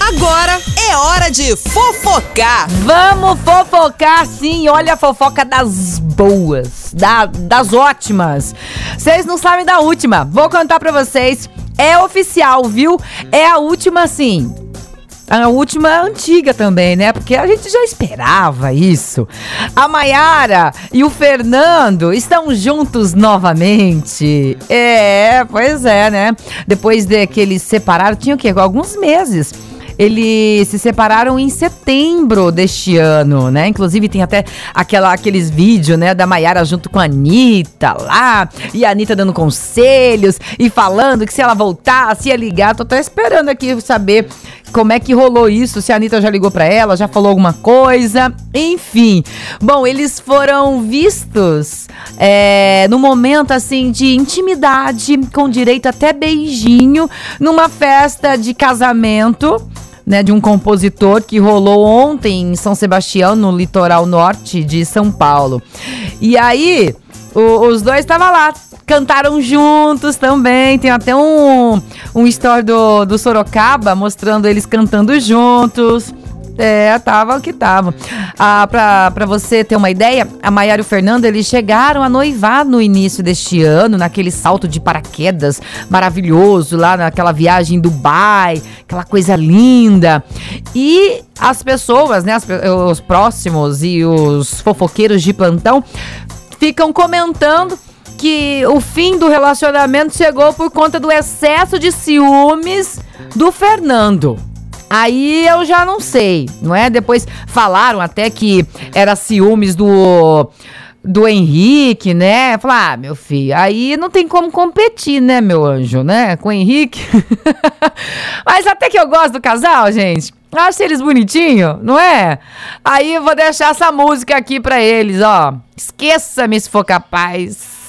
Agora é hora de fofocar. Vamos fofocar sim, olha a fofoca das boas, das ótimas. Vocês não sabem da última, vou contar pra vocês. É oficial, viu? É a última sim. A última antiga também, né? Porque a gente já esperava isso. A Maiara e o Fernando estão juntos novamente. Pois é, né? Depois de que eles se separaram, tinha o quê? Alguns meses. Eles se separaram em setembro deste ano, né? Inclusive tem até aqueles vídeos, né, da Maiara junto com a Anitta lá. E a Anitta dando conselhos e falando que se ela voltasse ia ligar. Tô até esperando aqui saber como é que rolou isso, se a Anitta já ligou pra ela, já falou alguma coisa, enfim. Bom, eles foram vistos no momento, assim, de intimidade, com direito até beijinho, numa festa de casamento, né, de um compositor que rolou ontem em São Sebastião, no litoral norte de São Paulo. E aí, os dois estavam lá. Cantaram juntos também, tem até um story do Sorocaba mostrando eles cantando juntos. Tava o que tava. Pra você ter uma ideia, a Maiara e o Fernando, eles chegaram a noivar no início deste ano, naquele salto de paraquedas maravilhoso, lá naquela viagem em Dubai, aquela coisa linda. E as pessoas, né, os próximos e os fofoqueiros de plantão ficam comentando que o fim do relacionamento chegou por conta do excesso de ciúmes do Fernando. Aí eu já não sei, não é? Depois falaram até que era ciúmes do Henrique, né? Falar, meu filho, aí não tem como competir, né, meu anjo, né? Com o Henrique. Mas até que eu gosto do casal, gente. Acho eles bonitinhos, não é? Aí eu vou deixar essa música aqui pra eles, ó. Esqueça-me se for capaz.